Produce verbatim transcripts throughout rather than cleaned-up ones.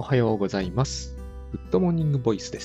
はようございます。グッドモーニングボイスです。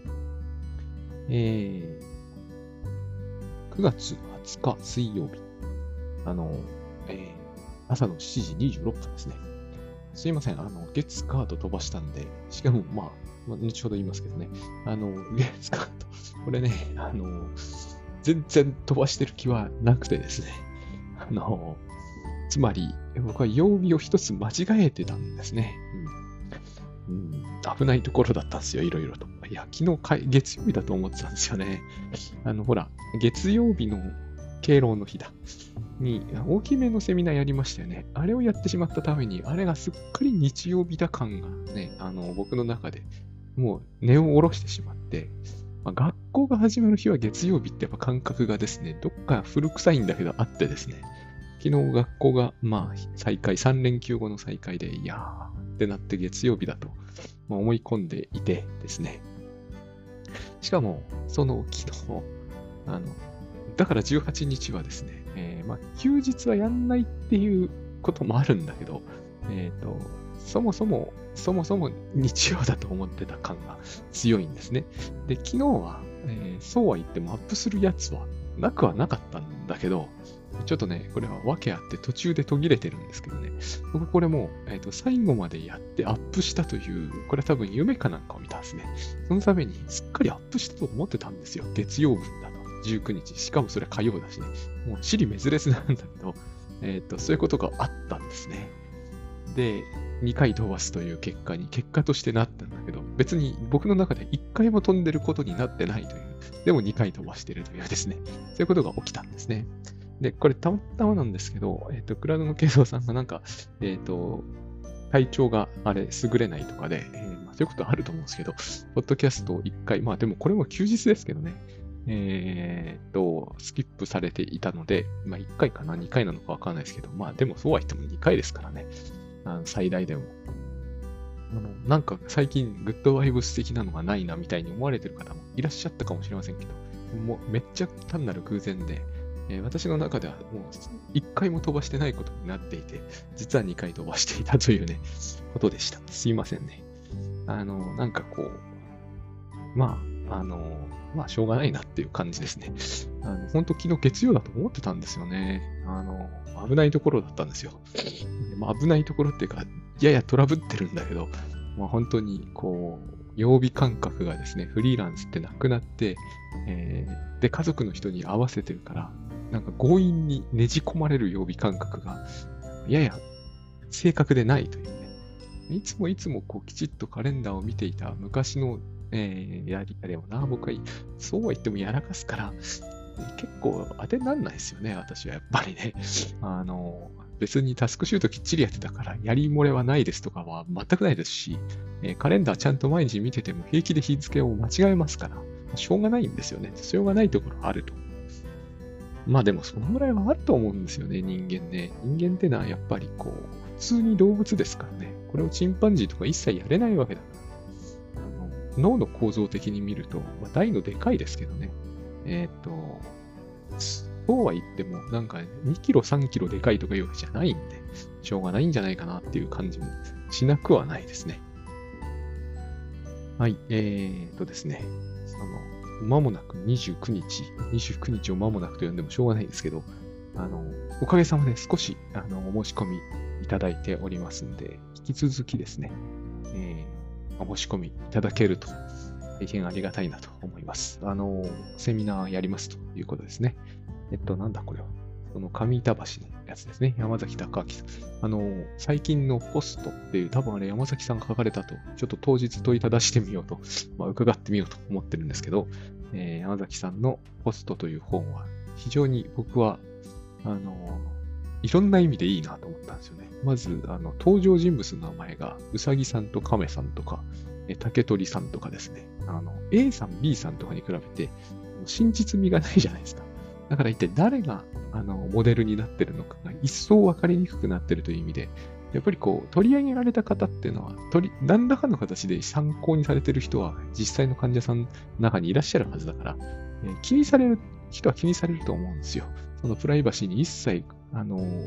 えー、くがつはつか水曜日。あの、えー、朝のしちじにじゅうろっぷんですね。すいません。あの、月カード飛ばしたんで、しかも、まあ、まあ、後ほど言いますけどね。あの、月カード、これね、あの、全然飛ばしてる気はなくてですね。あの、つまり、僕は曜日を一つ間違えてたんですね。うん、うん、危ないところだったんですよ、いろいろと。いや、昨日かい、月曜日だと思ってたんですよね。あの、ほら、月曜日の敬老の日だ。に、大きめのセミナーやりましたよね。あれをやってしまったために、あれがすっかり日曜日だ感がね、あの、僕の中でもう根を下ろしてしまって、まあ、学校が始まる日は月曜日ってやっぱ感覚がですね、どっか古臭いんだけどあってですね、昨日学校が、まあ、再開、さん連休後の再開で、いやーってなって月曜日だと、まあ、思い込んでいてですね。しかも、その昨日、あの、だからじゅうはちにちはですね、えーまあ、休日はやんないっていうこともあるんだけど、えっと、そもそも、そもそも日曜だと思ってた感が強いんですね。で、昨日は、えーそうは言ってもアップするやつはなくはなかったんだけど、ちょっとね、これは訳あって途中で途切れてるんですけどね。僕これもう、えーと、最後までやってアップしたという、これは多分夢かなんかを見たんですね。そのためにすっかりアップしたと思ってたんですよ。月曜分だと。じゅうくにち。しかもそれは火曜だしね。もう尻滅裂なんだけど、えっと、そういうことがあったんですね。で、にかい飛ばすという結果に、結果としてなったんだけど、別に僕の中でいっかいも飛んでることになってないという。でもにかい飛ばしてるというですね。そういうことが起きたんですね。で、これたまたまなんですけど、えっ、と、クラウドの慶三さんがなんか、えっ、と、体調があれ、優れないとかで、えーまあ、そういうことあると思うんですけど、ポッドキャストをいっかい、まあでもこれも休日ですけどね、えっと、スキップされていたので、まあいっかいかな、にかいなのかわかんないですけど、まあでもそうは言ってもにかいですからね、あの最大でも。あのなんか最近グッドバイブス的なのがないなみたいに思われてる方もいらっしゃったかもしれませんけど、もうめっちゃ単なる偶然で、えー私の中ではもういっかいも飛ばしてないことになっていて、実はにかい飛ばしていたというね、ことでした。すいませんね。あの、なんかこう、まあ、あの、まあ、しょうがないなっていう感じですね。あの、本当昨日月曜だと思ってたんですよね。あの、危ないところだったんですよ。まあ、危ないところっていうか、ややトラブってるんだけど、まあ、本当にこう、曜日感覚がですね、フリーランスってなくなって、えーで、家族の人に合わせてるから、なんか強引にねじ込まれる曜日感覚が、やや正確でないというね。いつもいつもこうきちっとカレンダーを見ていた昔の、えーやり、あれをな、僕はそうは言ってもやらかすから、結構当てにならないですよね、私はやっぱりね。あの、別にタスクシュートきっちりやってたから、やり漏れはないですとかは全くないですし、えーカレンダーちゃんと毎日見てても平気で日付を間違えますから、しょうがないんですよね。しょうがないところあると。まあでもそのぐらいはあると思うんですよね、人間ね。人間ってのはやっぱりこう、普通に動物ですからね。これをチンパンジーとか一切やれないわけだから。あの脳の構造的に見ると、まあ、大のでかいですけどね。えっ、と、そうは言っても、なんかにキロ、さんキロでかいとかいうわけじゃないんで、しょうがないんじゃないかなっていう感じもしなくはないですね。はい、えーとですね、その、間もなくにじゅうくにち、にじゅうくにちを間もなくと呼んでもしょうがないんですけど、あの、おかげさまで少し、あの、お申し込みいただいておりますんで、引き続きですね、えー、お申し込みいただけると、大変ありがたいなと思います。あの、セミナーやりますということですね。えっと、なんだこれは。その上板橋のやつですね。山崎隆明さん。あの、最近のポストっていう、多分あれ山崎さんが書かれたと、ちょっと当日問いただしてみようと、まあ、伺ってみようと思ってるんですけど、えー、山崎さんのポストという本は、非常に僕は、あの、いろんな意味でいいなと思ったんですよね。まず、あの、登場人物の名前が、うさぎさんと亀さんとか、え竹取さんとかですね。あの、A さん、B さんとかに比べて、真実味がないじゃないですか。だから一体誰が、あの、モデルになってるのかが一層分かりにくくなってるという意味で、やっぱりこう、取り上げられた方っていうのは、取り、何らかの形で参考にされてる人は、実際の患者さんの中にいらっしゃるはずだから、えー気にされる人は気にされると思うんですよ。そのプライバシーに一切、あの、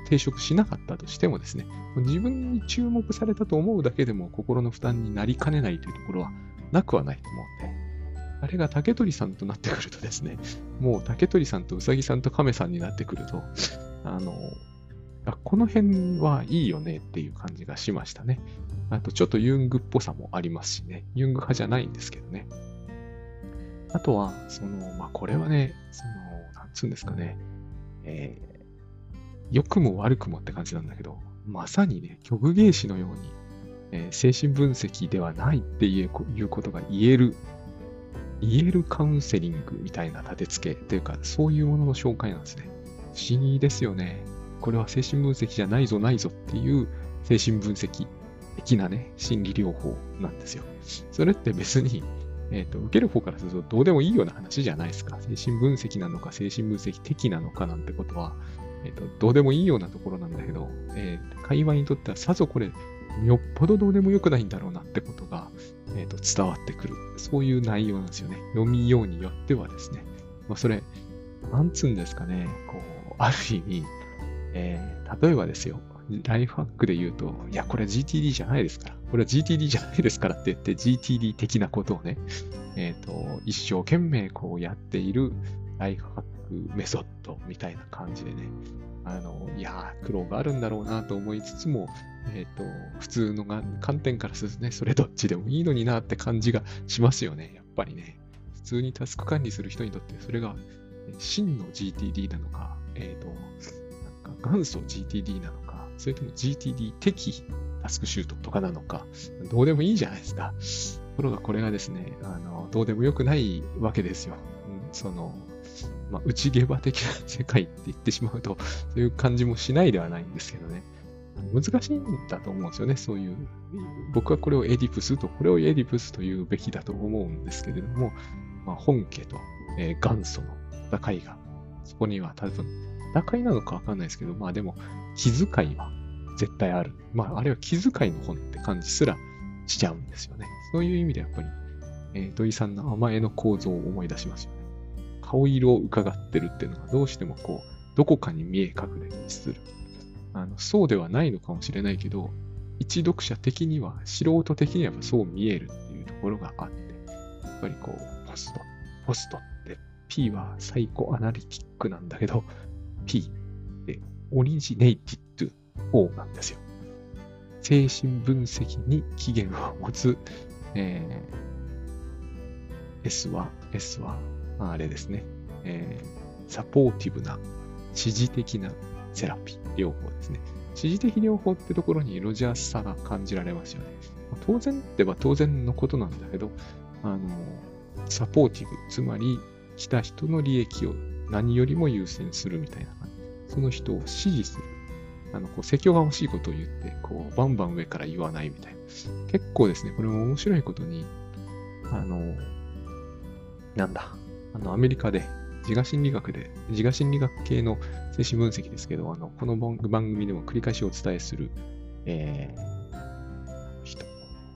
抵触しなかったとしてもですね、自分に注目されたと思うだけでも心の負担になりかねないというところはなくはないと思うんで、あれが竹取さんとなってくるとですね、もう竹取さんとうさぎさんと亀さんになってくると、あの、あこの辺はいいよねっていう感じがしましたね。あとちょっとユングっぽさもありますしね。ユング派じゃないんですけどね。あとは、その、まあ、これはね、その、なんつうんですかね、えー、良くも悪くもって感じなんだけど、まさにね、虚無芸師のように、えー精神分析ではないっていういうことが言える、言えるカウンセリングみたいな立て付けというか、そういうものの紹介なんですね。不思議ですよね。これは精神分析じゃないぞないぞっていう精神分析的なね、心理療法なんですよ。それって別に、えっと、受ける方からするとどうでもいいような話じゃないですか。精神分析なのか精神分析的なのかなんてことは、えっと、どうでもいいようなところなんだけど、えー会話にとってはさぞこれ、よっぽどどうでもよくないんだろうなってことが、えっと、伝わってくる。そういう内容なんですよね。読みようによってはですね。まあ、それ、なんつうんですかね。こう、ある意味、えー例えばですよ。ライフハックで言うと、いや、これは ジーティーディー じゃないですから。これは ジーティーディー じゃないですからって言って、ジーティーディー 的なことをね、えっと、一生懸命こうやっているライフハックメソッドみたいな感じでね、あの、いやー、苦労があるんだろうなと思いつつも、えっと、普通のが観点からするとね、それどっちでもいいのになって感じがしますよね。やっぱりね。普通にタスク管理する人にとって、それがえ真の ジーティーディー なのか、えっと、なんか元祖 ジーティーディー なのか、それとも ジーティーディー 的タスクシュートとかなのか、どうでもいいじゃないですか。ところがこれがですね、あの、どうでもよくないわけですよ。うんその、まあ、内ゲバ的な世界って言ってしまうと、そういう感じもしないではないんですけどね。難しいんだと思うんですよね。そういう。僕はこれをエディプスと、これをエディプスというべきだと思うんですけれども、まあ、本家と、えー元祖の戦いが、そこには多分、戦いなのかわかんないですけど、まあでも、気遣いは絶対ある。まあ、あれは気遣いの本って感じすらしちゃうんですよね。そういう意味でやっぱり、えー土井さんの甘えの構造を思い出しますよね。顔色を伺ってるっていうのがどうしてもこう、どこかに見え隠れにする。あのそうではないのかもしれないけど、一読者的には、素人的にはそう見えるっていうところがあって、やっぱりこう、ポスト、ポストって、P はサイコアナリティックなんだけど、P ってオリジネイティッド O なんですよ。精神分析に起源を持つ、えー S は、S は、まああれですね、えーサポーティブな、支持的なセラピー、療法ですね。支持的療法ってところにロジャースさが感じられますよね。当然ってば当然のことなんだけど、あの、サポーティブ、つまり来た人の利益を何よりも優先するみたいな感じ。その人を支持する。あの、こう、説教が欲しいことを言って、こう、バンバン上から言わないみたいな。結構ですね、これも面白いことに、あの、なんだ、あの、アメリカで、自我心理学で、自我心理学系の精神分析ですけど、あの、この番番組でも繰り返しお伝えする、えー、人。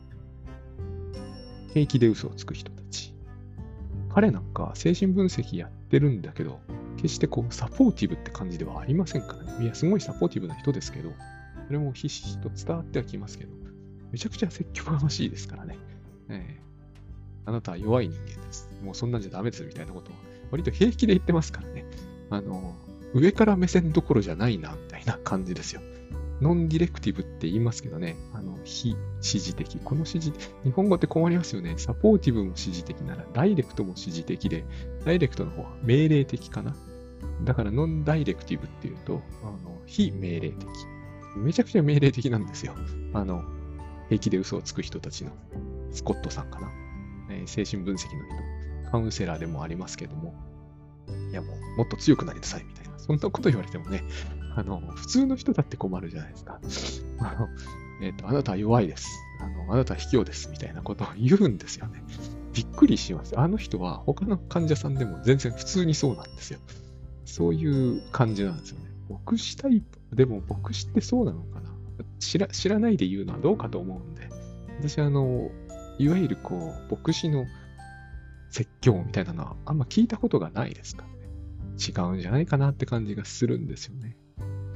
平気で嘘をつく人たち。彼なんか精神分析やってるんだけど、決してこう、サポーティブって感じではありませんからね。いや、すごいサポーティブな人ですけど、それもひしひしと伝わってはきますけど、めちゃくちゃ説教がましいですからね。えーあなたは弱い人間です。もうそんなんじゃダメですみたいなことを割と平気で言ってますからね。あの、上から目線どころじゃないな、みたいな感じですよ。ノンディレクティブって言いますけどね、あの、非指示的。この指示、日本語って困りますよね。サポーティブも指示的なら、ダイレクトも指示的で、ダイレクトの方は命令的かな。だから、ノンダイレクティブっていうと、あの、非命令的。めちゃくちゃ命令的なんですよ。あの、平気で嘘をつく人たちの、スコットさんかな。えー精神分析の人、カウンセラーでもありますけども、いやもう、もっと強くなりなさいみたいな、そんなこと言われてもね、あの、普通の人だって困るじゃないですか。あの、えっと、あなたは弱いです。あの、あなたは卑怯です。みたいなことを言うんですよね。びっくりします。あの人は他の患者さんでも全然普通にそうなんですよ。そういう感じなんですよね。牧師タイプ、でも牧師ってそうなのかな知ら知らないで言うのはどうかと思うんで、私あの、いわゆるこう、牧師の説教みたいなのはあんま聞いたことがないですからね。違うんじゃないかなって感じがするんですよね。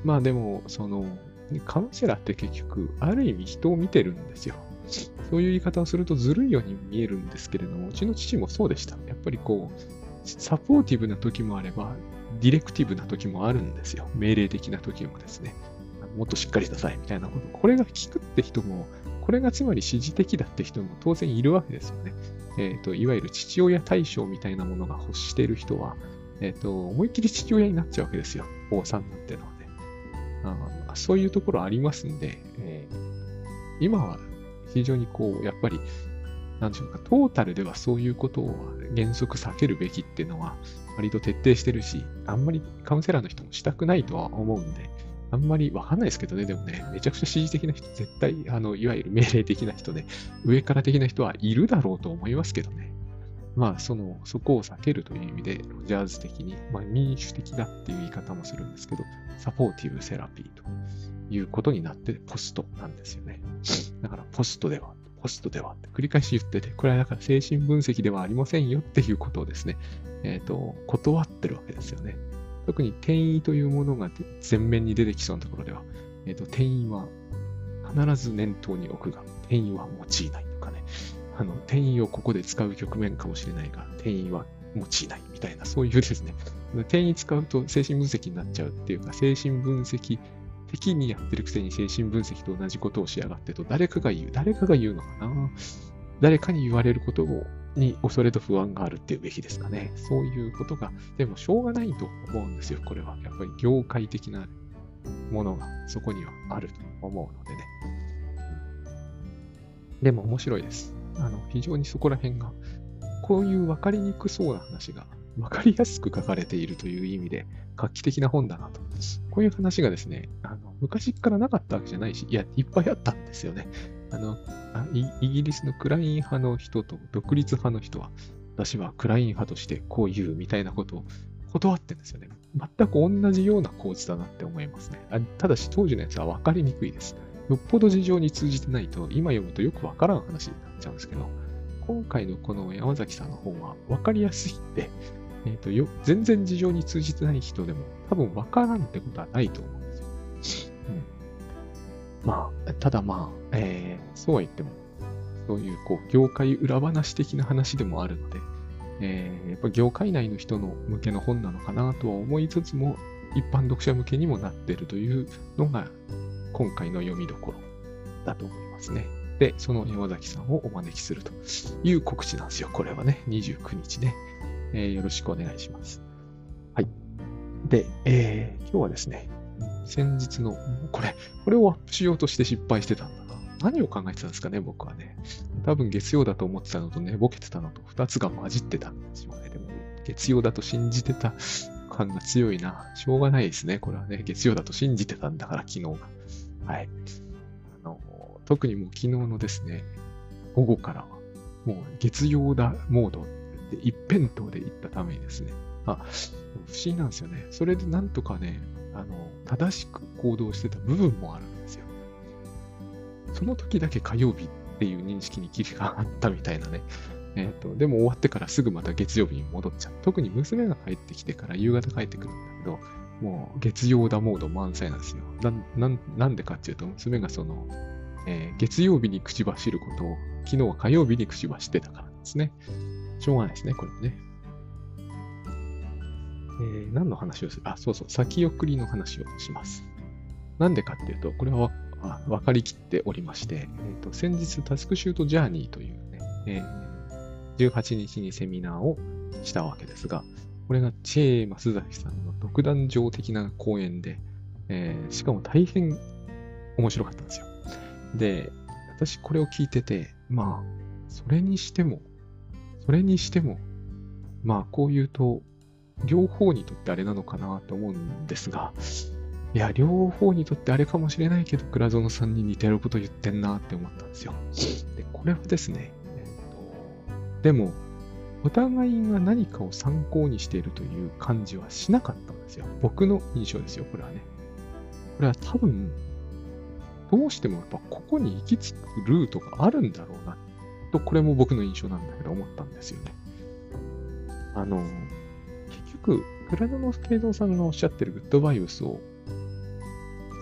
まあでも、その、カウンセラーって結局、ある意味人を見てるんですよ。そういう言い方をするとずるいように見えるんですけれども、うちの父もそうでした。やっぱりこう、サポーティブな時もあれば、ディレクティブな時もあるんですよ。命令的な時もですね。もっとしっかりしなさいみたいなこと。これが聞くって人も、これがつまり指示的だって人も当然いるわけですよね。えっと、いわゆる父親対象みたいなものが欲している人は、えっと、思いっきり父親になっちゃうわけですよ。お産になってるので。あそういうところありますんで、えー、今は非常にこう、やっぱり、なんでしょうか、トータルではそういうことを原則避けるべきっていうのは、割と徹底してるし、あんまりカウンセラーの人もしたくないとは思うんで、あんまりわかんないですけどね、でもね、めちゃくちゃ指示的な人、絶対、あの、いわゆる命令的な人で、上から的な人はいるだろうと思いますけどね。まあ、その、そこを避けるという意味で、ロジャーズ的に、まあ、民主的だっていう言い方もするんですけど、サポーティブセラピーということになって、ポストなんですよね。だから、ポストでは、ポストではって繰り返し言ってて、これはだから精神分析ではありませんよっていうことをですね、えっと、断ってるわけですよね。特に転移というものが前面に出てきそうなところでは、えっと、転移は必ず念頭に置くが、転移は用いないとかね、あの、転移をここで使う局面かもしれないが、転移は用いないみたいな、そういうですね、転移使うと精神分析になっちゃうっていうか、精神分析的にやってるくせに精神分析と同じことをしやがってと、誰かが言う、誰かが言うのかな、誰かに言われることをに恐れと不安があるっていうべきですかね。そういうことが、でもしょうがないと思うんですよ、これは。やっぱり業界的なものがそこにはあると思うのでね。でも面白いです。あの、非常にそこら辺が、こういう分かりにくそうな話が分かりやすく書かれているという意味で画期的な本だなと。こういう話がですね、あの昔からなかったわけじゃないし、いや、いっぱいあったんですよね。あのあイ、イギリスのクライン派の人と独立派の人は、私はクライン派としてこう言うみたいなことを断ってるんですよね。全く同じような構図だなって思いますね。あただし当時のやつは分かりにくいです。よっぽど事情に通じてないと、今読むとよく分からん話になっちゃうんですけど、今回のこの山崎さんの本は分かりやすいんで、えーと、よ全然事情に通じてない人でも多分分からんってことはないと思うんですよ。うん、まあ、ただまあ、えー、そうは言っても、そういうこう業界裏話的な話でもあるので、えー、やっぱ業界内の人の向けの本なのかなとは思いつつも、一般読者向けにもなっているというのが今回の読みどころだと思いますね。で、その山崎さんをお招きするという告知なんですよ。これはね、にじゅうくにちね。えー、よろしくお願いします。はい。で、えー、今日はですね、先日の、これ、これをアップしようとして失敗してたんだな。何を考えてたんですかね、僕はね。多分月曜だと思ってたのと寝ぼけてたのと二つが混じってたんですよね。でも、月曜だと信じてた感が強いな。しょうがないですね。これはね、月曜だと信じてたんだから、昨日が。はい。あの、特にもう昨日のですね、午後からは、もう月曜だモードで一辺倒で行ったためにですね、あ、不思議なんですよね。それでなんとかね、あの、正しく行動してた部分もあるんですよ。その時だけ火曜日っていう認識に切り替わったみたいなね。えっと、でも終わってからすぐまた月曜日に戻っちゃう。特に娘が帰ってきてから夕方帰ってくるんだけど、もう月曜だモード満載なんですよ。な、ななんでかっていうと、娘がその、えー、月曜日に口走ることを、昨日は火曜日に口走ってたからですね。しょうがないですね、これね。えー、何の話をするあ、そうそう、先送りの話をします。なんでかっていうと、これは分かりきっておりまして、えーと、先日タスクシュートジャーニーというね、えー、じゅうはちにちにセミナーをしたわけですが、これがチェー・マスザキさんの独壇場的な講演で、えー、しかも大変面白かったんですよ。で、私これを聞いてて、まあ、それにしても、それにしても、まあ、こう言うと、両方にとってあれなのかなと思うんですが、いや、両方にとってあれかもしれないけど、倉園さんに似てること言ってんなって思ったんですよ。で、これはですね、えーと、でも、お互いが何かを参考にしているという感じはしなかったんですよ。僕の印象ですよ、これはね。これは多分、どうしてもやっぱここに行き着くルートがあるんだろうな、と、これも僕の印象なんだけど思ったんですよね。あの、結局、倉野慶三さんがおっしゃってるグッドバイブスを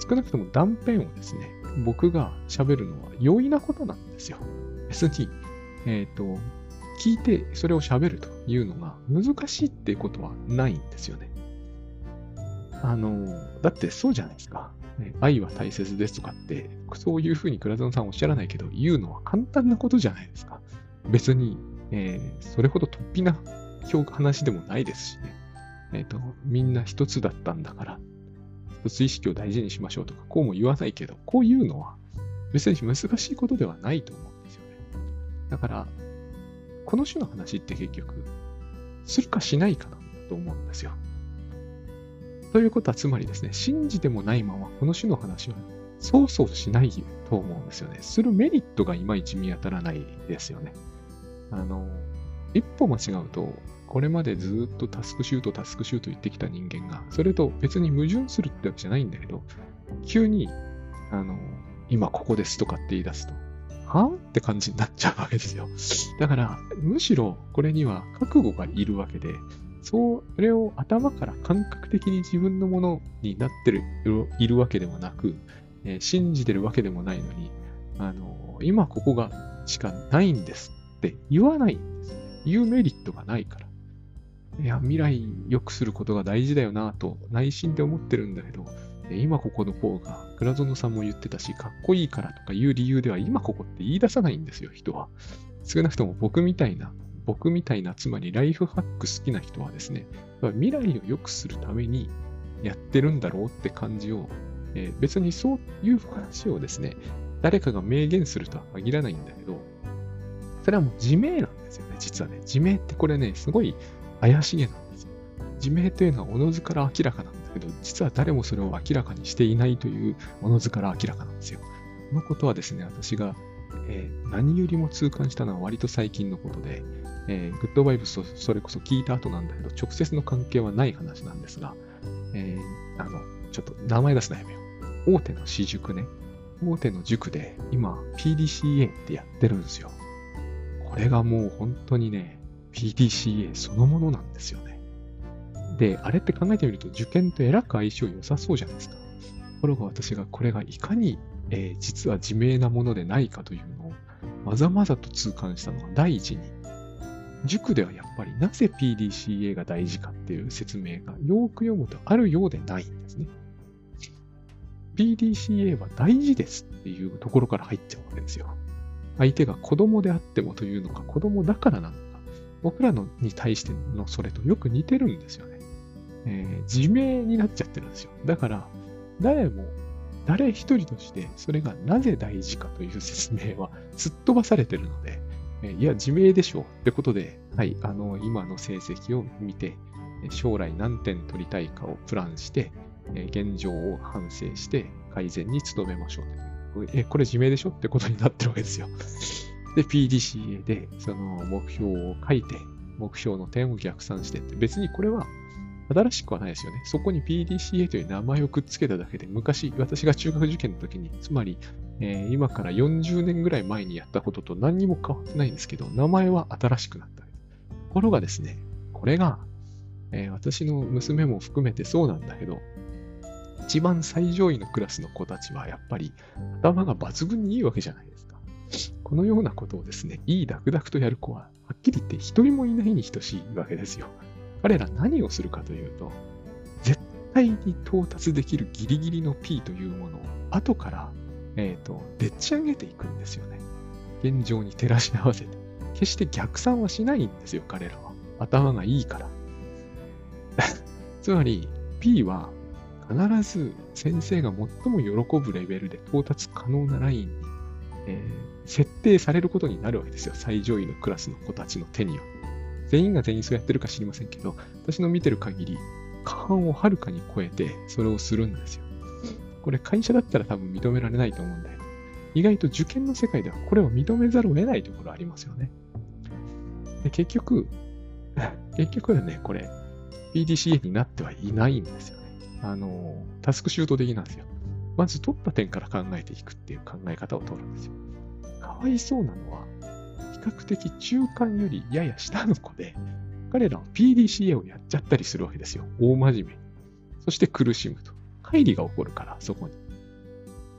少なくとも断片をですね、僕が喋るのは容易なことなんですよ。別に、えっと、聞いてそれを喋るというのが難しいっていうことはないんですよね。あの、だってそうじゃないですか。ね愛は大切ですとかって、そういうふうに倉園さんおっしゃらないけど、言うのは簡単なことじゃないですか。別に、えーそれほど突飛な表話でもないですしね。えっと、みんな一つだったんだから、一つ意識を大事にしましょうとか、こうも言わないけど、こういうのは別に難しいことではないと思うんですよね。だから、この種の話って結局、するかしないかなんだと思うんですよ。ということは、つまりですね、信じてもないまま、この種の話は、そうそうしないと思うんですよね。するメリットがいまいち見当たらないですよね。あの、一歩間違うと、これまでずっとタスクシュート、タスクシュート言ってきた人間が、それと別に矛盾するってわけじゃないんだけど、急に、あの、今ここですとかって言い出すと、はって感じになっちゃうわけですよ。だから、むしろこれには覚悟がいるわけで、それを頭から感覚的に自分のものになってる、いるわけでもなく、えー信じてるわけでもないのに、あの、今ここがしかないんですって言わないんです。言うメリットがないから。いや、未来良くすることが大事だよなと内心で思ってるんだけど、え今ここの方が、倉園さんも言ってたし、かっこいいからとかいう理由では今ここって言い出さないんですよ、人は。少なくとも僕みたいな、僕みたいな、つまりライフハック好きな人はですね、未来を良くするためにやってるんだろうって感じを、えー別にそういう話をですね、誰かが明言するとは限らないんだけど、それはもう自明なんですよね、実はね。自明ってこれね、すごい怪しげなんですよ。自明というのはおのずから明らかなんだけど、実は誰もそれを明らかにしていないというおのずから明らかなんですよ。このことはですね、私が、えー何よりも痛感したのは割と最近のことで、えーグッドバイブスとそれこそ聞いた後なんだけど、直接の関係はない話なんですが、えーあの、ちょっと名前出すのやめよう。大手の私塾ね。大手の塾で今 ピーディーシーエー ってやってるんですよ。これがもう本当にね、ピーディーシーエー そのものなんですよね。で、あれって考えてみると受験とえらく相性良さそうじゃないですか。ところが私がこれがいかに、えー実は自明なものでないかというのをまざまざと痛感したのが第一に、塾ではやっぱりなぜ ピーディーシーエー が大事かっていう説明がよーく読むとあるようでないんですね。ピーディーシーエー は大事ですっていうところから入っちゃうわけですよ。相手が子供であってもというのか、子供だからなのか、僕らのに対してのそれとよく似てるんですよね。えー自明になっちゃってるんですよ。だから、誰も、誰一人としてそれがなぜ大事かという説明はすっ飛ばされてるので、えーいや、自明でしょうってことで、はい、あの、今の成績を見て、えー将来何点取りたいかをプランして、えー現状を反省して改善に努めましょうと。え、これ自明でしょってことになってるわけですよ。で、ピーディーシーエー でその目標を書いて、目標の点を逆算してって、別にこれは新しくはないですよね。そこに ピーディーシーエー という名前をくっつけただけで、昔、私が中学受験の時に、つまり、えー今からよんじゅうねんぐらい前にやったことと何にも変わってないんですけど、名前は新しくなったわけです。ところがですね、これが、えー私の娘も含めてそうなんだけど、一番最上位のクラスの子たちはやっぱり頭が抜群にいいわけじゃないですか。このようなことをですね、いいダクダクとやる子は、はっきり言って一人もいないに等しいわけですよ。彼ら何をするかというと、絶対に到達できるギリギリの P というものを後から、えっと、でっち上げていくんですよね。現状に照らし合わせて。決して逆算はしないんですよ、彼らは。頭がいいから。つまり、P は必ず先生が最も喜ぶレベルで到達可能なラインに、えー設定されることになるわけですよ。最上位のクラスの子たちの手には。全員が全員そうやってるか知りませんけど、私の見てる限り、過半をはるかに超えてそれをするんですよ。これ会社だったら多分認められないと思うんだよ。意外と受験の世界ではこれを認めざるを得ないところありますよね。で結局、結局はね、これ、ピーディーシーエー になってはいないんですよね。あの、タスクシュート的なんですよ。まず取った点から考えていくっていう考え方を取るんですよ。かわいそうなのは、比較的中間よりやや下の子で、彼らは ピーディーシーエー をやっちゃったりするわけですよ。大真面目に。そして苦しむと。乖離が起こるから、そこに。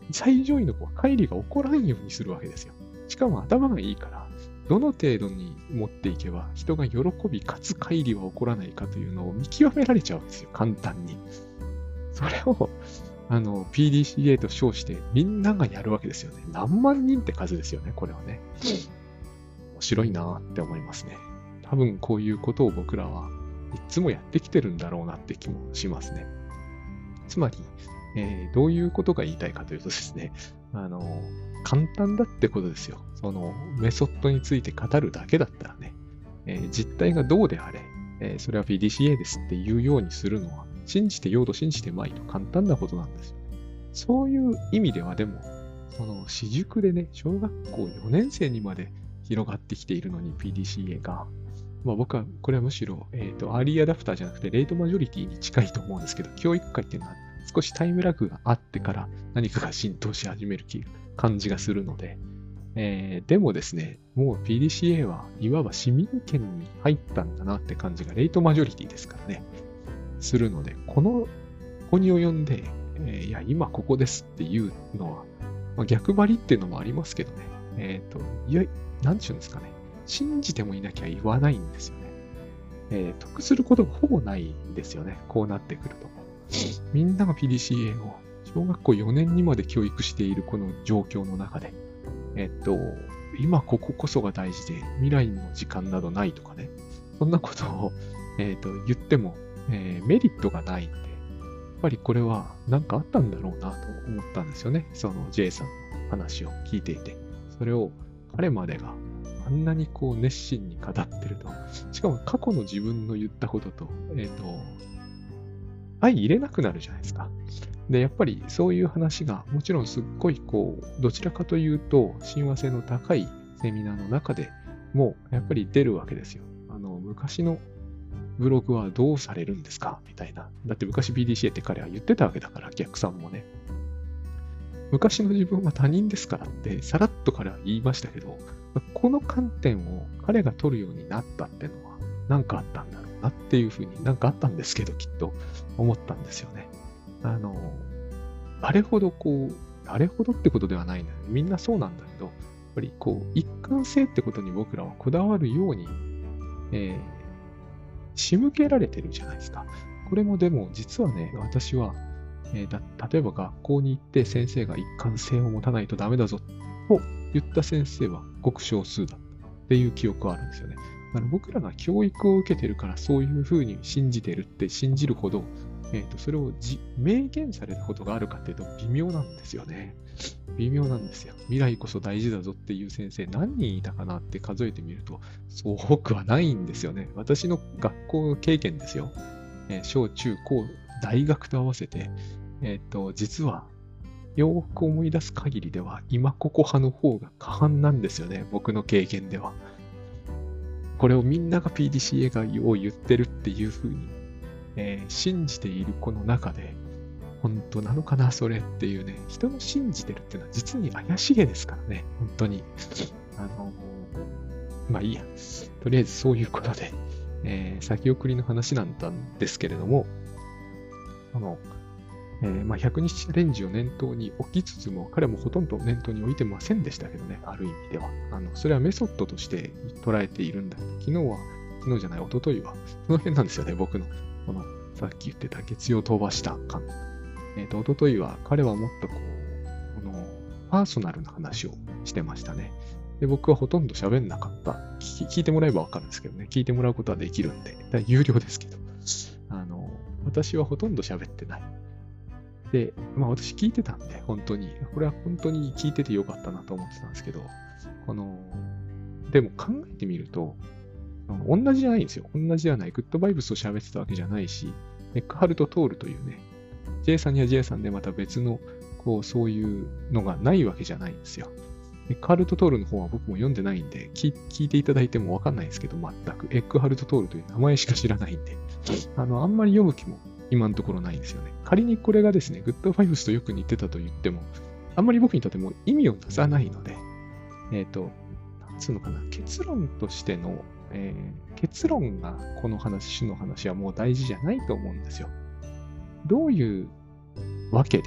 最上位の子は乖離が起こらんようにするわけですよ。しかも頭がいいから、どの程度に持っていけば人が喜びかつ乖離は起こらないかというのを見極められちゃうんですよ、簡単に。それをあの ピーディーシーエー と称してみんながやるわけですよね。何万人って数ですよね、これはね。面白いなーって思いますね。多分こういうことを僕らはいつもやってきてるんだろうなって気もしますね。つまり、えーどういうことが言いたいかというとですね、あの、簡単だってことですよ。そのメソッドについて語るだけだったらね、えー実態がどうであれ、えーそれは ピーディーシーエー ですっていうようにするのは、信じてようと信じてまいと簡単なことなんですよ。そういう意味ではでも、その私塾でね、小学校よねん生にまで広がってきているのに ピーディーシーエー が、まあ僕はこれはむしろ、えっと、アーリーアダプターじゃなくてレートマジョリティに近いと思うんですけど、教育界っていうのは少しタイムラグがあってから何かが浸透し始める感じがするので、えーでもですね、もう ピーディーシーエー はいわば市民権に入ったんだなって感じがレートマジョリティですからね、するので、この、ここに及んで、えーいや、今ここですっていうのは、まあ、逆張りっていうのもありますけどね、えっと、いや、なんちゅうんですかね、信じてもいなきゃ言わないんですよね。えー得することがほぼないんですよね、こうなってくると。みんなが ピーディーシーエー を小学校よねんにまで教育しているこの状況の中で、えっと、今こここそが大事で、未来の時間などないとかね、そんなことを、えっと、言っても、えーメリットがないんで、やっぱりこれは何かあったんだろうなと思ったんですよね。その J さんの話を聞いていて。それを彼までがあんなにこう熱心に語ってると。しかも過去の自分の言ったことと、えっと、相入れなくなるじゃないですか。で、やっぱりそういう話が、もちろんすっごいこう、どちらかというと、親和性の高いセミナーの中でもう、やっぱり出るわけですよ。あの、昔のブログはどうされるんですかみたいな。だって昔 ピーディーシーエー って彼は言ってたわけだから、逆さんもね。昔の自分は他人ですからって、さらっと彼は言いましたけど、この観点を彼が取るようになったってのは、何かあったんだろうなっていうふうに、なんかあったんですけど、きっと思ったんですよね。あの、あれほどこう、あれほどってことではないんだよね。みんなそうなんだけど、やっぱりこう、一貫性ってことに僕らはこだわるように、えー仕向けられてるじゃないですか。これもでも実はね、私は、えーだ例えば学校に行って先生が一貫性を持たないとダメだぞと言った先生はごく少数だったっていう記憶はあるんですよね。だから僕らが教育を受けてるからそういうふうに信じてるって信じるほど、えーとそれをじ明言されたことがあるかっていうと微妙なんですよね。微妙なんですよ。未来こそ大事だぞっていう先生何人いたかなって数えてみると、そう多くはないんですよね。私の学校経験ですよ。えー小中高大学と合わせて、えっと、実はよく思い出す限りでは、今ここ派の方が過半なんですよね。僕の経験では。これをみんなが ピーディーシーエー がを言ってるっていうふうに、えー信じているこの中で、本当なのかな、それっていうね、人の信じてるっていうのは実に怪しげですからね、本当に。あの、まあいいや。とりあえずそういうことで、えー先送りの話なんですけれども、あの、えーまあ、ひゃくにちチャレンジを念頭に置きつつも、彼もほとんど念頭に置いてませんでしたけどね、ある意味では。あの、それはメソッドとして捉えているんだけど、昨日は、昨日じゃない、一昨日は、その辺なんですよね、僕の、この、さっき言ってた月曜飛ばした感。えっ、と、一昨日は、彼はもっとこう、この、パーソナルな話をしてましたね。で、僕はほとんど喋んなかった。聞聞いてもらえばわかるんですけどね、聞いてもらうことはできるんで、だ有料ですけど、あの、私はほとんど喋ってない。で、まあ私聞いてたんで、本当に、これは本当に聞いててよかったなと思ってたんですけど、この、でも考えてみると、同じじゃないんですよ。同じじゃない。グッドバイブスを喋ってたわけじゃないし、エックハルト・トールというね、J さんには J さんでまた別の、こう、そういうのがないわけじゃないんですよ。エックハルト・トールの方は僕も読んでないんで、聞聞いていただいてもわかんないですけど、全く。エックハルト・トールという名前しか知らないんで、あの、あんまり読む気も今のところないんですよね。仮にこれがですね、グッドバイブスとよく似てたと言っても、あんまり僕にとっても意味をなさないので、えっ、と、なんつうのかな、結論としての、えー結論がこの話、種の話はもう大事じゃないと思うんですよ。どういうわけで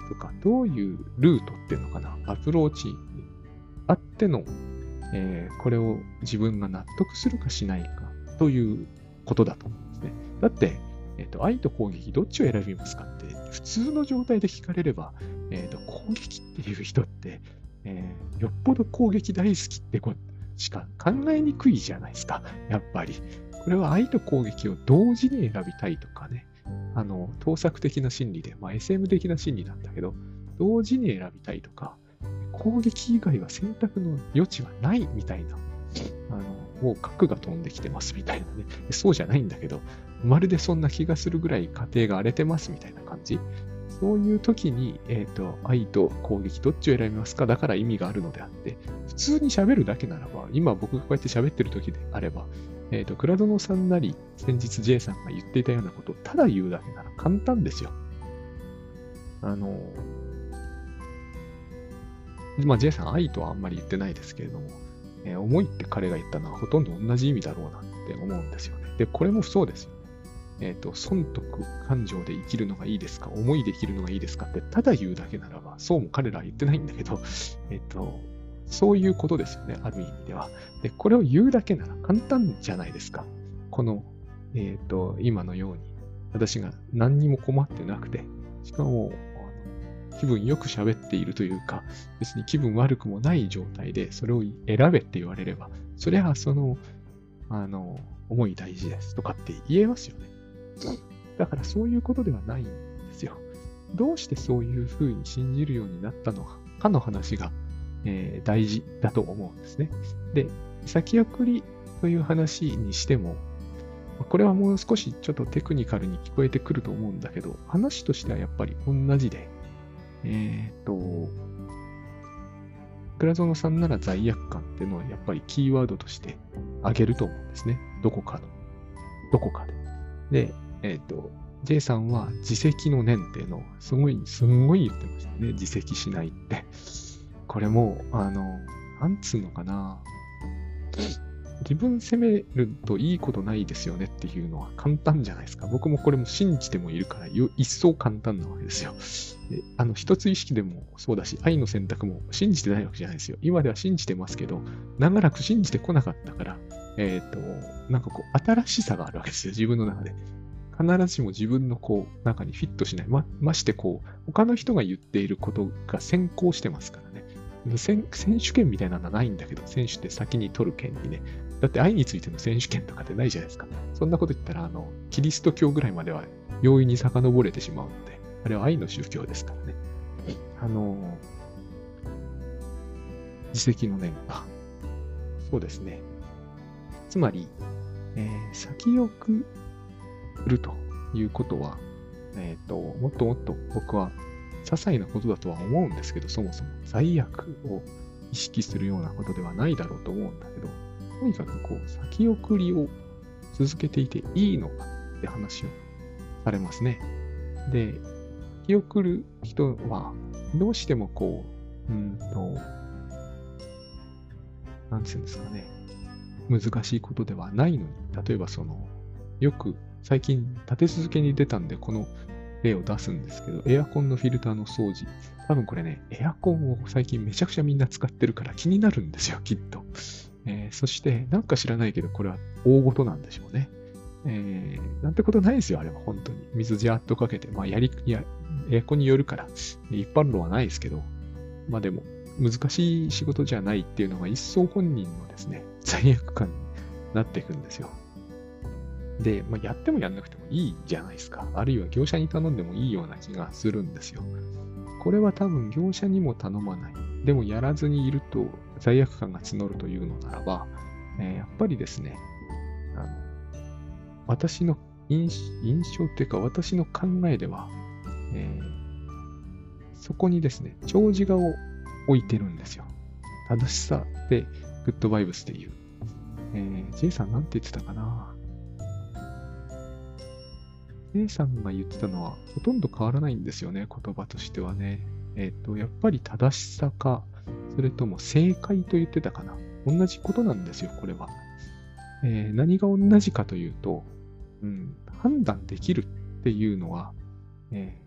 とか、どういうルートっていうのかな、アプローチあっての、えーこれを自分が納得するかしないかということだと思うんですね。だって、えっと、愛と攻撃、どっちを選びますかって、普通の状態で聞かれれば、えっと、攻撃っていう人って、えーよっぽど攻撃大好きってことしか考えにくいじゃないですか、やっぱり。これは愛と攻撃を同時に選びたいとかね、あの、盗作的な心理で、まあ、エスエム 的な心理なんだけど、同時に選びたいとか、攻撃以外は選択の余地はないみたいな、あの、もう核が飛んできてますみたいなね、そうじゃないんだけど、まるでそんな気がするぐらい家庭が荒れてますみたいな感じ。そういう時に、えっと、愛と攻撃どっちを選びますかだから意味があるのであって、普通に喋るだけならば、今僕がこうやって喋ってる時であれば、えっと、倉園さんなり、先日 J さんが言っていたようなことをただ言うだけなら簡単ですよ。あの、まあ J さん愛とはあんまり言ってないですけれども、えー思いって彼が言ったのはほとんど同じ意味だろうなって思うんですよね。で、これもそうですよ。えっと、損得感情で生きるのがいいですか、思いで生きるのがいいですかって、ただ言うだけならば、そうも彼らは言ってないんだけど、えっと、そういうことですよね、ある意味では。で、これを言うだけなら簡単じゃないですか。この、えっと、今のように、私が何にも困ってなくて、しかも、あの気分よく喋っているというか、別に気分悪くもない状態で、それを選べって言われれば、それはその、あの、思い大事ですとかって言えますよね。だからそういうことではないんですよ。どうしてそういうふうに信じるようになったのかの話が、えー大事だと思うんですね。で、先送りという話にしても、これはもう少しちょっとテクニカルに聞こえてくると思うんだけど、話としてはやっぱり同じで、えっと、倉園さんなら罪悪感っていうのはやっぱりキーワードとして挙げると思うんですね。どこかの、どこかで。で、えっと、J さんは自責の念っていうのをすごい、すんごい言ってましたね。自責しないって。これも、あの、なんつうのかな。自分責めるといいことないですよねっていうのは簡単じゃないですか。僕もこれも信じてもいるからよ一層簡単なわけですよ。であの、一つ意識でもそうだし、愛の選択も信じてないわけじゃないですよ。今では信じてますけど、長らく信じてこなかったから、えっと、なんかこう、新しさがあるわけですよ。自分の中で。必ずしも自分のこう、中にフィットしない。ま、ましてこう、他の人が言っていることが先行してますからね。選選手権みたいなのはないんだけど、選手って先に取る権利ね。だって愛についての選手権とかってないじゃないですか。そんなこと言ったら、あの、キリスト教ぐらいまでは容易に遡れてしまうので、あれは愛の宗教ですからね。あの、自責の念が。そうですね。つまり、えー先送るということは、えっと、もっともっと僕は些細なことだとは思うんですけど、そもそも罪悪を意識するようなことではないだろうと思うんだけど、とにかくこう、先送りを続けていていいのかって話をされますね。で、先送る人は、どうしてもこう、うんと、なんていうんですかね、難しいことではないのに、例えばその、よく最近立て続けに出たんで、この例を出すんですけど、エアコンのフィルターの掃除。多分これね、エアコンを最近めちゃくちゃみんな使ってるから気になるんですよ、きっと。えーそして、なんか知らないけど、これは大事なんでしょうね。えーなんてことないですよ、あれは、本当に。水ジャーっとかけて、まあ、やり、や、エアコンによるから、一般論はないですけど、まあでも、難しい仕事じゃないっていうのが一層本人のですね、罪悪感になっていくんですよ。で、まあ、やってもやんなくてもいいじゃないですか。あるいは業者に頼んでもいいような気がするんですよ。これは多分業者にも頼まない。でもやらずにいると罪悪感が募るというのならば、えーやっぱりですね、あの私の印印象っていうか私の考えでは、えーそこにですね、長寿画を置いてるんですよ。正しさでグッドバイブスで言う。えー、J さんなんて言ってたかな。J さんが言ってたのはほとんど変わらないんですよね、言葉としてはね。えっと、やっぱり正しさか、それとも正解と言ってたかな。同じことなんですよ、これは。えー何が同じかというと、うん、判断できるっていうのは、えー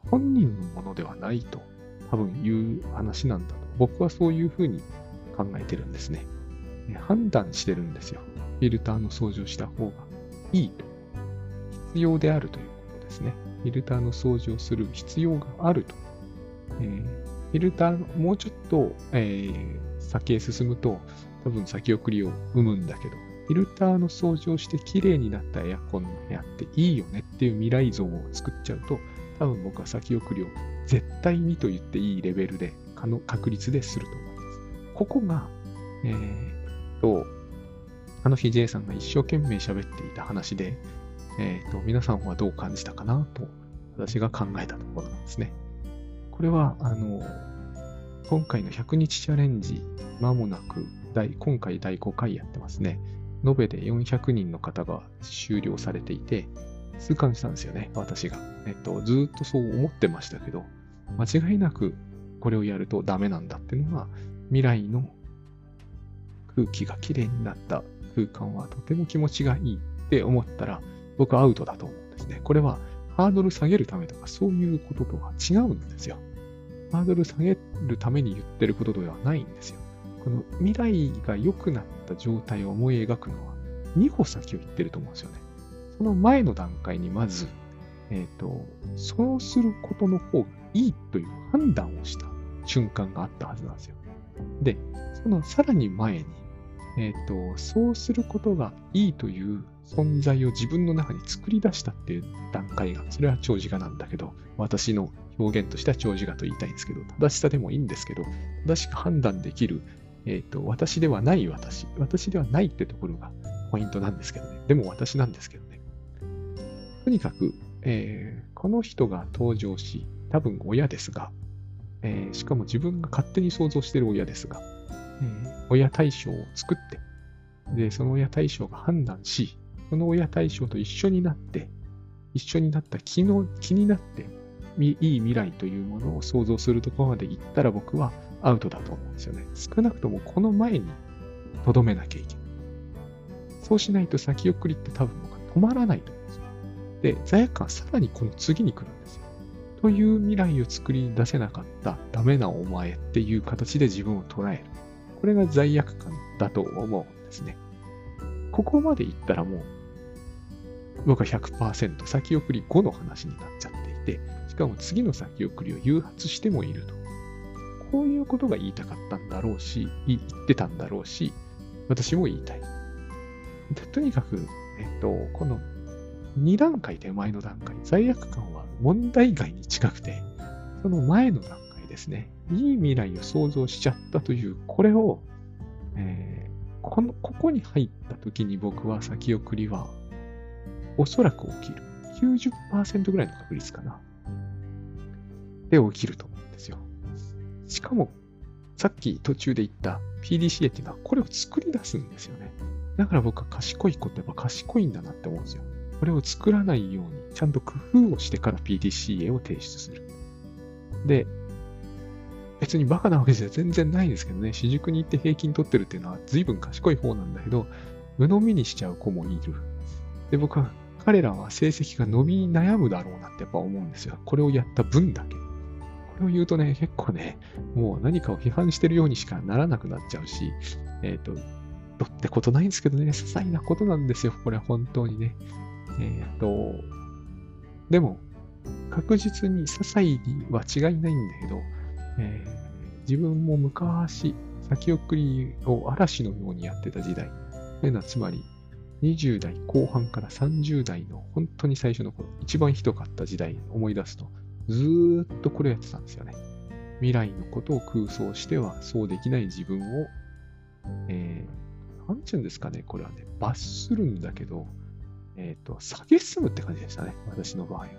本人のものではないと多分言う話なんだと。僕はそういうふうに考えてるんですね。判断してるんですよ。フィルターの掃除をした方がいいと。必要であるということですね。フィルターの掃除をする必要があると。えー、フィルター、もうちょっと、えー、先へ進むと、多分先送りを生むんだけど、フィルターの掃除をして綺麗になったエアコンの部屋っていいよねっていう未来像を作っちゃうと、多分僕は先送りを絶対にと言っていいレベルで、確率ですると思います。ここが、えー、と、あの日 J さんが一生懸命喋っていた話で、えー、と、皆さんはどう感じたかなと、私が考えたところなんですね。これは、あの、今回のひゃくにちチャレンジ、間もなく、今回だいごかいやってますね。延べでよんひゃくにんの方が終了されていて、痛感したんですよね、私が。えっと、ずっとそう思ってましたけど、間違いなくこれをやるとダメなんだっていうのが、未来の空気がきれいになった空間はとても気持ちがいいって思ったら、僕はアウトだと思うんですね。これはハードル下げるためとかそういうこととは違うんですよ。ハードル下げるために言ってることではないんですよ。この未来が良くなった状態を思い描くのはに歩先を言ってると思うんですよね。その前の段階にまず、えっと、そうすることの方がいいという判断をした瞬間があったはずなんですよ。で、そのさらに前に、えっと、そうすることがいいという存在を自分の中に作り出したっていう段階が、それは長寿画なんだけど、私の表現としては長寿画と言いたいんですけど、正しさでもいいんですけど、正しく判断できる、えっと、私ではない私、私ではないってところがポイントなんですけどね。でも私なんですけどね。とにかく、えー、この人が登場し、多分親ですが、えー、しかも自分が勝手に想像している親ですが、えー、親対象を作って、で、その親対象が判断し、その親対象と一緒になって、一緒になった気の気になって、いい未来というものを想像するところまで行ったら僕はアウトだと思うんですよね。少なくともこの前に留めなきゃいけない。そうしないと先送りって多分僕は止まらないと思うんですよ。で、罪悪感はさらにこの次に来るんですよ。という未来を作り出せなかったダメなお前っていう形で自分を捉える。これが罪悪感だと思うんですね。ここまでいったらもう僕は ひゃくパーセント 先送り後の話になっちゃっていて、しかも次の先送りを誘発してもいると。こういうことが言いたかったんだろうし、言ってたんだろうし、私も言いたい。でとにかく、えっと、このに段階手前の段階、罪悪感は問題外に近くて、その前の段階ですね、いい未来を想像しちゃったという、これを、えー、この、ここに入った時に僕は先送りは、おそらく起きる。きゅうじゅっパーセントぐらいの確率かな。で起きると思うんですよ。しかも、さっき途中で言った ピーディーシーエー っていうのはこれを作り出すんですよね。だから僕は賢い子ってやっぱ賢いんだなって思うんですよ。これを作らないようにちゃんと工夫をしてから ピーディーシーエー を提出する。で、別にバカなわけじゃ全然ないですけどね、私塾に行って平均取ってるっていうのは随分賢い方なんだけど、鵜呑みにしちゃう子もいる。で、僕は彼らは成績が伸び悩むだろうなってやっぱ思うんですよ。これをやった分だけ。これを言うとね、結構ね、もう何かを批判してるようにしかならなくなっちゃうし、えっと、どってことないんですけどね、些細なことなんですよ。これは本当にね。えっと、でも、確実に些細には違いないんだけど、えー、自分も昔、先送りを嵐のようにやってた時代。というのはつまり、にじゅう代後半からさんじゅう代の本当に最初の頃、一番ひどかった時代を思い出すと、ずーっとこれやってたんですよね。未来のことを空想してはそうできない自分を、えー、なんちゅうんですかね、これはね、罰するんだけど、えっと、下げすむって感じでしたね、私の場合はね。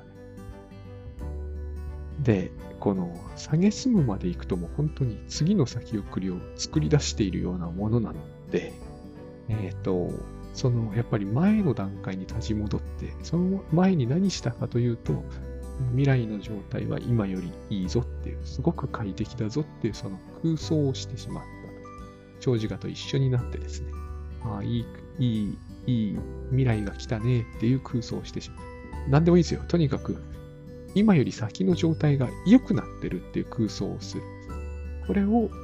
で、この下げすむまで行くともう本当に次の先送りを作り出しているようなものなので、えっと、そのやっぱり前の段階に立ち戻って、その前に何したかというと、未来の状態は今よりいいぞっていう、すごく快適だぞっていうその空想をしてしまったと。長寿画と一緒になってですね、ああ、いい、いい、いい未来が来たねっていう空想をしてしまう。何でもいいですよ。とにかく、 今より先の状態が良くなってるっていう空想をする。これを、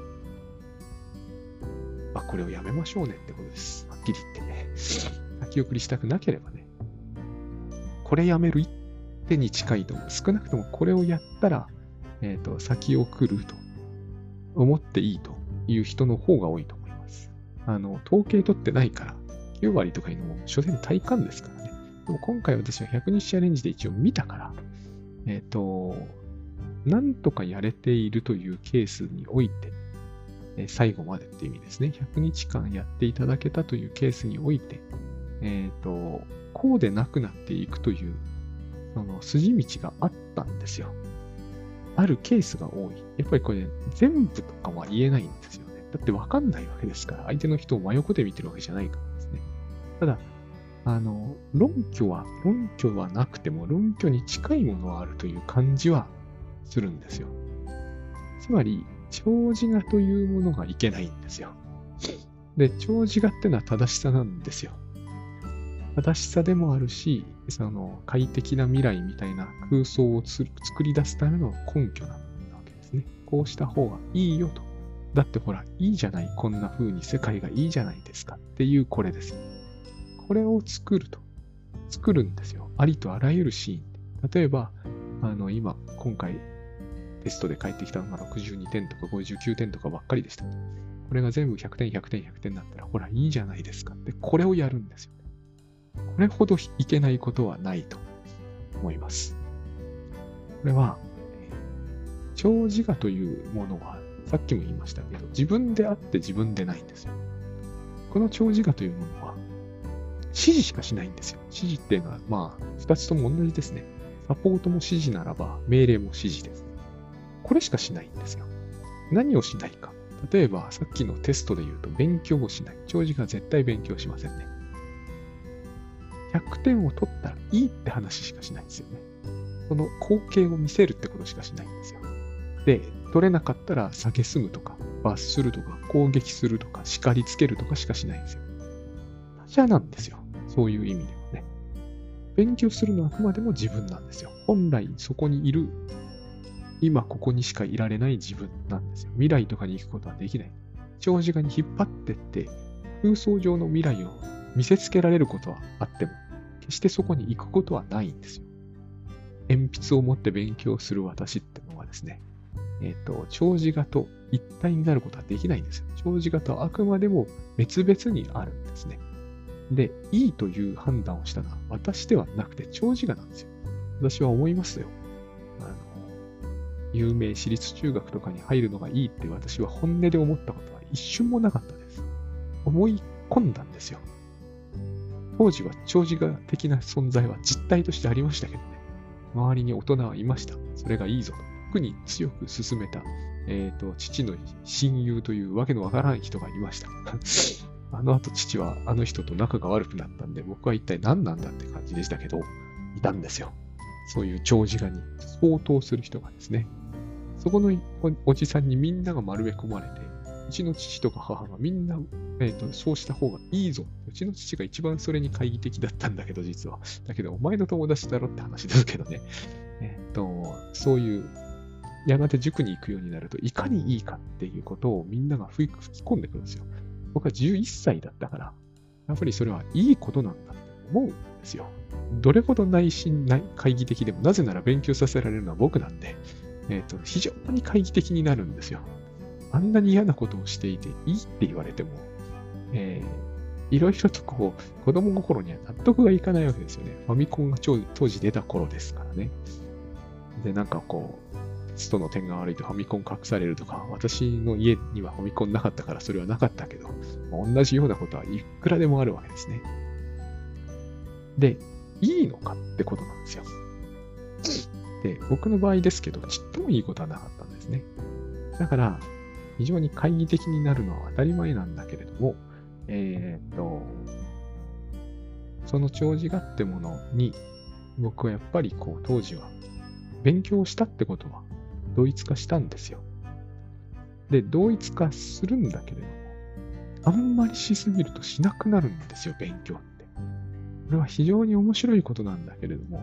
あ、これをやめましょうねってことです。はっきり言ってね。先送りしたくなければね。これやめる一手に近いと思う。少なくともこれをやったら、えっと、先送ると思っていいという人の方が多いと思います。あの、統計取ってないから、きゅう割とかいうのも、所詮体感ですからね。でも今回私はひゃくにちチャレンジで一応見たから、えっと、なんとかやれているというケースにおいて、え最後までっていう意味ですね。ひゃくにちかんやっていただけたというケースにおいて、えっと、こうでなくなっていくという、その筋道があったんですよ。あるケースが多い。やっぱりこれ、全部とかは言えないんですよね。だってわかんないわけですから、相手の人を真横で見てるわけじゃないからですね。ただ、あの、論拠は、論拠はなくても、論拠に近いものはあるという感じはするんですよ。つまり、長寿画というものがいけないんですよ。で、長寿画ってのは正しさなんですよ。正しさでもあるし、その快適な未来みたいな空想を作り出すための根拠なわけですね。こうした方がいいよと。だってほら、いいじゃない。こんな風に世界がいいじゃないですかっていうこれですよ。これを作ると。作るんですよ。ありとあらゆるシーン。例えば、あの、今、今回、テストで返ってきたのがろくじゅうにてんとかごじゅうきゅうてんとかばっかりでした。これが全部ひゃくてん、ひゃくてん、ひゃくてんだったら、ほら、いいじゃないですかって、これをやるんですよ。これほどいけないことはないと思います。これは、長自我というものは、さっきも言いましたけど、自分であって自分でないんですよ。この長自我というものは、指示しかしないんですよ。指示っていうのは、まあ、二つとも同じですね。サポートも指示ならば、命令も指示です。これしかしないんですよ。何をしないか。例えば、さっきのテストで言うと、勉強をしない。長自我は絶対勉強しませんね。ひゃくてんを取ったらいいって話しかしないんですよね。その光景を見せるってことしかしないんですよ。で、取れなかったら下げすむとか、罰するとか、攻撃するとか、叱りつけるとかしかしないんですよ。他者なんですよ。そういう意味ではね。勉強するのはあくまでも自分なんですよ。本来そこにいる、今ここにしかいられない自分なんですよ。未来とかに行くことはできない。長時間に引っ張ってって、空想上の未来を見せつけられることはあっても、決してそこに行くことはないんですよ。鉛筆を持って勉強する私ってのはですね、えっと、長自我と一体になることはできないんですよ。長自我とはあくまでも別々にあるんですね。で、いいという判断をしたのは私ではなくて長自我なんですよ。私は思いますよ。あの、有名私立中学とかに入るのがいいって私は本音で思ったことは一瞬もなかったです。思い込んだんですよ。当時は長自我的な存在は実体としてありましたけどね。周りに大人はいました。それがいいぞと。特に強く勧めた、えっと、父の親友というわけのわからない人がいました。あの後父はあの人と仲が悪くなったんで、僕は一体何なんだって感じでしたけど、いたんですよ。そういう長自我に相当する人がですね。そこの お, おじさんにみんなが丸め込まれて、うちの父とか母がみんな、えーと、そうした方がいいぞ。うちの父が一番それに懐疑的だったんだけど、実は。だけど、お前の友達だろって話ですけどね。えっ、ー、と、そういう、やがて塾に行くようになると、いかにいいかっていうことをみんなが吹き込んでくるんですよ。僕はじゅういっさいだったから、やっぱりそれはいいことなんだって思うんですよ。どれほど内心、内懐疑的でも、なぜなら勉強させられるのは僕なんで、えっ、ー、と、非常に懐疑的になるんですよ。あんなに嫌なことをしていていいって言われても、えー、いろいろとこう、子供心には納得がいかないわけですよね。ファミコンが当時出た頃ですからね。で、なんかこう、テストの点が悪いとファミコン隠されるとか、私の家にはファミコンなかったからそれはなかったけど、同じようなことはいくらでもあるわけですね。で、いいのかってことなんですよ。で、僕の場合ですけど、ちっともいいことはなかったんですね。だから、非常に懐疑的になるのは当たり前なんだけれども、えー、っと、その長自我ってものに、僕はやっぱりこう、当時は勉強したってことは同一化したんですよ。で、同一化するんだけれども、あんまりしすぎるとしなくなるんですよ、勉強って。これは非常に面白いことなんだけれども、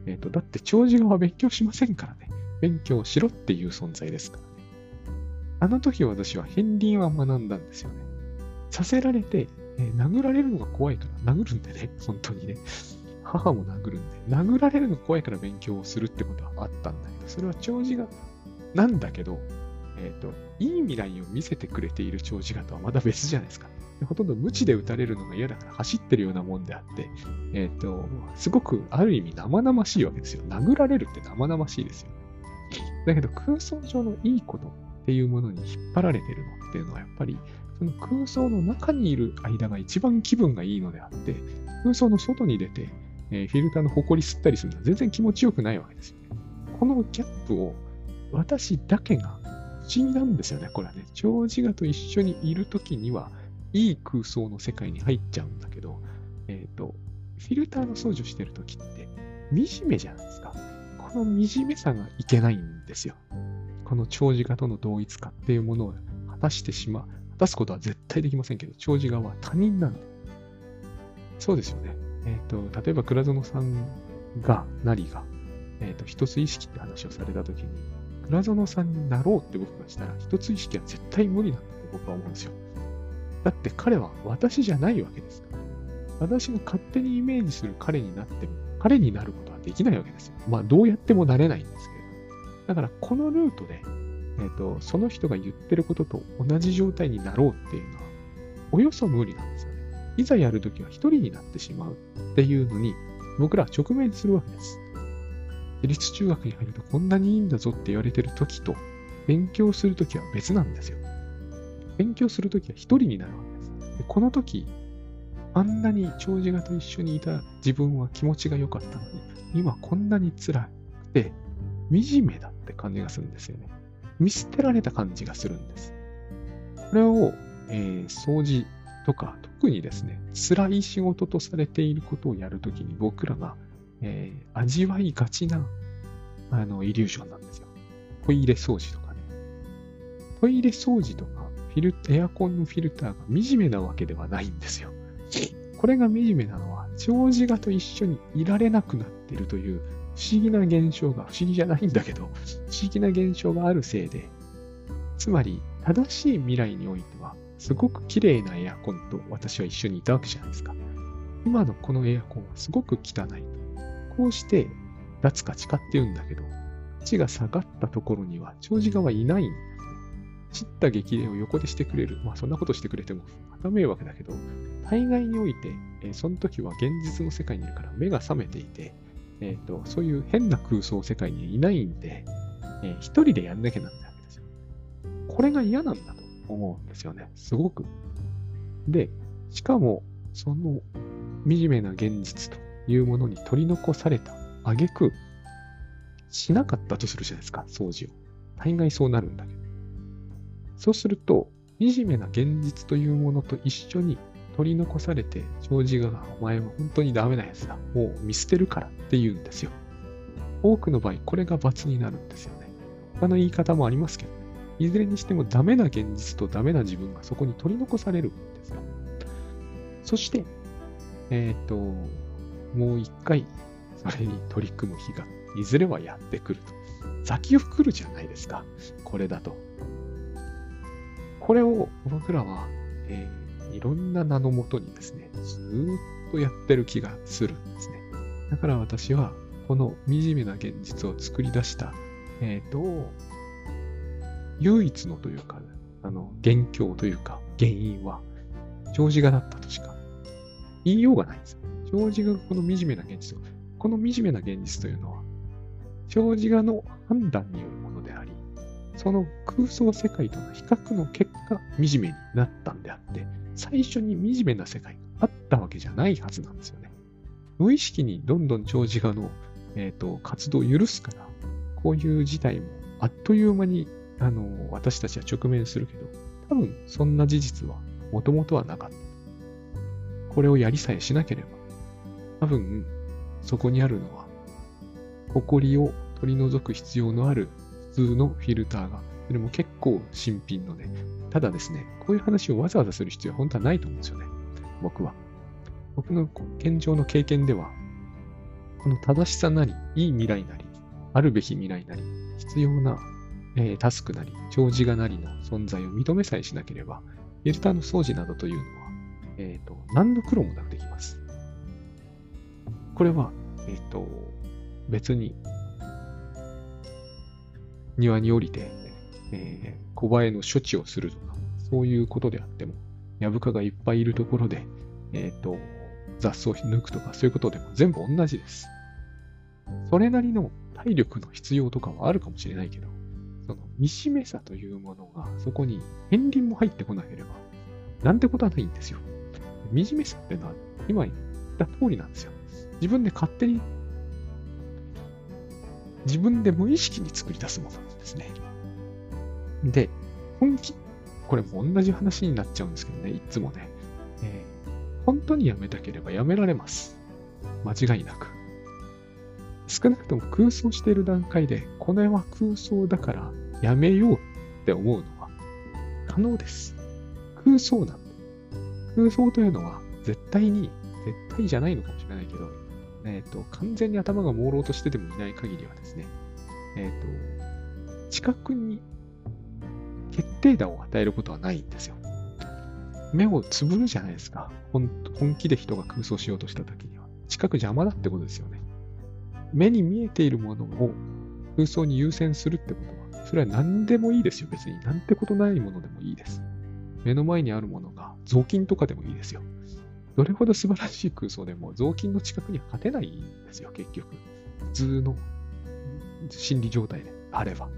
えっと、だって長寿側は勉強しませんからね。勉強しろっていう存在ですからね。あの時私は片鱗は学んだんですよね。させられて、えー殴られるのが怖いから殴るんでね、本当にね。母も殴るんで、殴られるのが怖いから勉強をするってことはあったんだけど、それは長寿がなんだけど、えっと、いい未来を見せてくれている長寿がとはまだ別じゃないですか。ほとんど無知で打たれるのが嫌だから走ってるようなもんであって、えっと、すごくある意味生々しいわけですよ。殴られるって生々しいですよ。だけど空想上のいいことっていうものに引っ張られてるのっていうのはやっぱりその空想の中にいる間が一番気分がいいのであって、空想の外に出て、えーフィルターの埃吸ったりするのは全然気持ちよくないわけですよね。このギャップを私だけが不思議なんですよね、これはね。長寿画と一緒にいるときには、いい空想の世界に入っちゃうんだけど、えっと、フィルターの掃除をしてるときって、惨めじゃないですか。この惨めさがいけないんですよ。この長寿画との同一化っていうものを果たしてしまう。果たすことは絶対できませんけど、長寿画は他人なんで。そうですよね。えっと、例えば倉園さんが、なりが、えっと、一つ意識って話をされたときに、倉園さんになろうって僕がしたら、一つ意識は絶対無理なんだと僕は思うんですよ。だって彼は私じゃないわけですから。私が勝手にイメージする彼になっても、彼になることはできないわけですよ。まあ、どうやってもなれないんですけれど。だから、このルートで、えっと、その人が言ってることと同じ状態になろうっていうのは、およそ無理なんですよね。いざやるときは一人になってしまうっていうのに、僕らは直面するわけです。私立中学に入るとこんなにいいんだぞって言われてるときと、勉強するときは別なんですよ。勉強するときは一人になるわけです。でこのとき、あんなに長寿画と一緒にいた自分は気持ちが良かったのに、今こんなに辛くて、惨めだって感じがするんですよね。見捨てられた感じがするんです。これを、えー掃除とか、特にですね、辛い仕事とされていることをやるときに僕らが、えー味わいがちなあのイリュージョンなんですよ。トイレ掃除とかね。トイレ掃除とかフィル、エアコンのフィルターが惨めなわけではないんですよ。これが惨めなのは、長寿画と一緒にいられなくなっているという不思議な現象が、不思議じゃないんだけど、不思議な現象があるせいで、つまり、正しい未来においては、すごく綺麗なエアコンと私は一緒にいたわけじゃないですか。今のこのエアコンはすごく汚い。こうして、脱価値化って言うんだけど、価値が下がったところには長寿画はいないんですね。叱咤激励を横でしてくれる。まあそんなことしてくれても、また迷惑だけど、大概において、えーその時は現実の世界にいるから目が覚めていて、えっと、そういう変な空想世界にいないんで、えー一人でやんなきゃなんないわけですよ。これが嫌なんだと思うんですよね。すごく。で、しかも、その惨めな現実というものに取り残された挙句、しなかったとするじゃないですか、掃除を。大概そうなるんだけど。そうすると、惨めな現実というものと一緒に取り残されて、長寿画がお前は本当にダメなやつだ。もう見捨てるからって言うんですよ。多くの場合、これが罰になるんですよね。他の言い方もありますけどね。いずれにしてもダメな現実とダメな自分がそこに取り残されるんですよ。そして、えっと、もう一回、それに取り組む日が、いずれはやってくると。先を来るじゃないですか。これだと。これを僕らは、えーいろんな名のもとにですね、ずーっとやってる気がするんですね。だから私は、この惨めな現実を作り出した、えっと、唯一のというか、あの、元凶というか、原因は、長寿画だったとしか言いようがないんですよ。長寿画がこの惨めな現実を、この惨めな現実というのは、長寿画の判断によるものであり、その空想世界との比較の結果、惨めになったんであって、最初に惨めな世界があったわけじゃないはずなんですよね。無意識にどんどん長寿画の、えーと、活動を許すから、こういう事態もあっという間にあの私たちは直面するけど、多分そんな事実はもともとはなかった。これをやりさえしなければ、多分そこにあるのは、埃を取り除く必要のある普通のフィルターが、それも結構新品ので、ただですね、こういう話をわざわざする必要は本当はないと思うんですよね。僕は。僕の現状の経験では、 この正しさなり、いい未来なり、あるべき未来なり、必要な、えータスクなり、長寿がなりの存在を認めさえしなければ、フィルターの掃除などというのは、えっと、何の苦労もなくできます。これは、えっと、別に、庭に降りて、えー小バエの処置をするとか、そういうことであっても、ヤブ蚊がいっぱいいるところで、えっと、雑草を抜くとか、そういうことでも全部同じです。それなりの体力の必要とかはあるかもしれないけど、その惨めさというものが、そこに片鱗も入ってこなければ、なんてことはないんですよ。惨めさってのは、今言った通りなんですよ。自分で勝手に、自分で無意識に作り出すものなんですね。で、本気、これも同じ話になっちゃうんですけどね、いつもね、えー本当にやめたければやめられます。間違いなく。少なくとも空想している段階で、これは空想だからやめようって思うのは可能です。空想なんで。空想というのは絶対に、絶対じゃないのかもしれないけど、えっと、完全に頭が朦朧としててもいない限りはですね、えっと、知覚に決定打を与えることはないんですよ。目をつぶるじゃないですか。本本気で人が空想しようとしたときには。知覚邪魔だってことですよね。目に見えているものを空想に優先するってことは、それは何でもいいですよ。別に。なんてことないものでもいいです。目の前にあるものが雑巾とかでもいいですよ。どれほど素晴らしい空想でも雑巾の知覚には勝てないんですよ、結局。普通の心理状態であれば。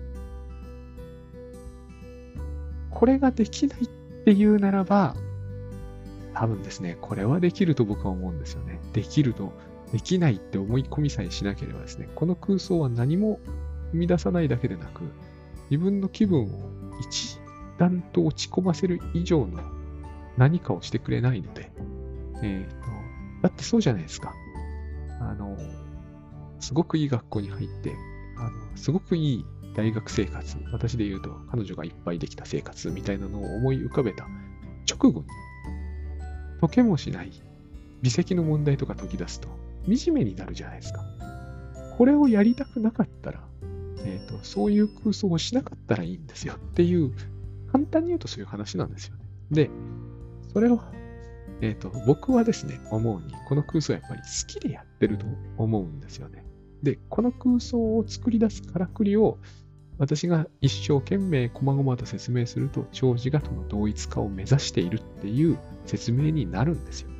これができないっていうならば、多分ですね、これはできると僕は思うんですよね。できると、できないって思い込みさえしなければですね、この空想は何も生み出さないだけでなく、自分の気分を一段と落ち込ませる以上の何かをしてくれないので、えっと、だってそうじゃないですか。あの、すごくいい学校に入って、あの、すごくいい大学生活、私で言うと彼女がいっぱいできた生活みたいなのを思い浮かべた直後に、解けもしない微積の問題とか解き出すと惨めになるじゃないですか。これをやりたくなかったら、えっと、そういう空想をしなかったらいいんですよっていう、簡単に言うとそういう話なんですよね。で、それは、えっと、僕はですね、思うに、この空想はやっぱり好きでやってると思うんですよね。で、この空想を作り出すからくりを、私が一生懸命細々と説明すると、長寿がとの同一化を目指しているっていう説明になるんですよ。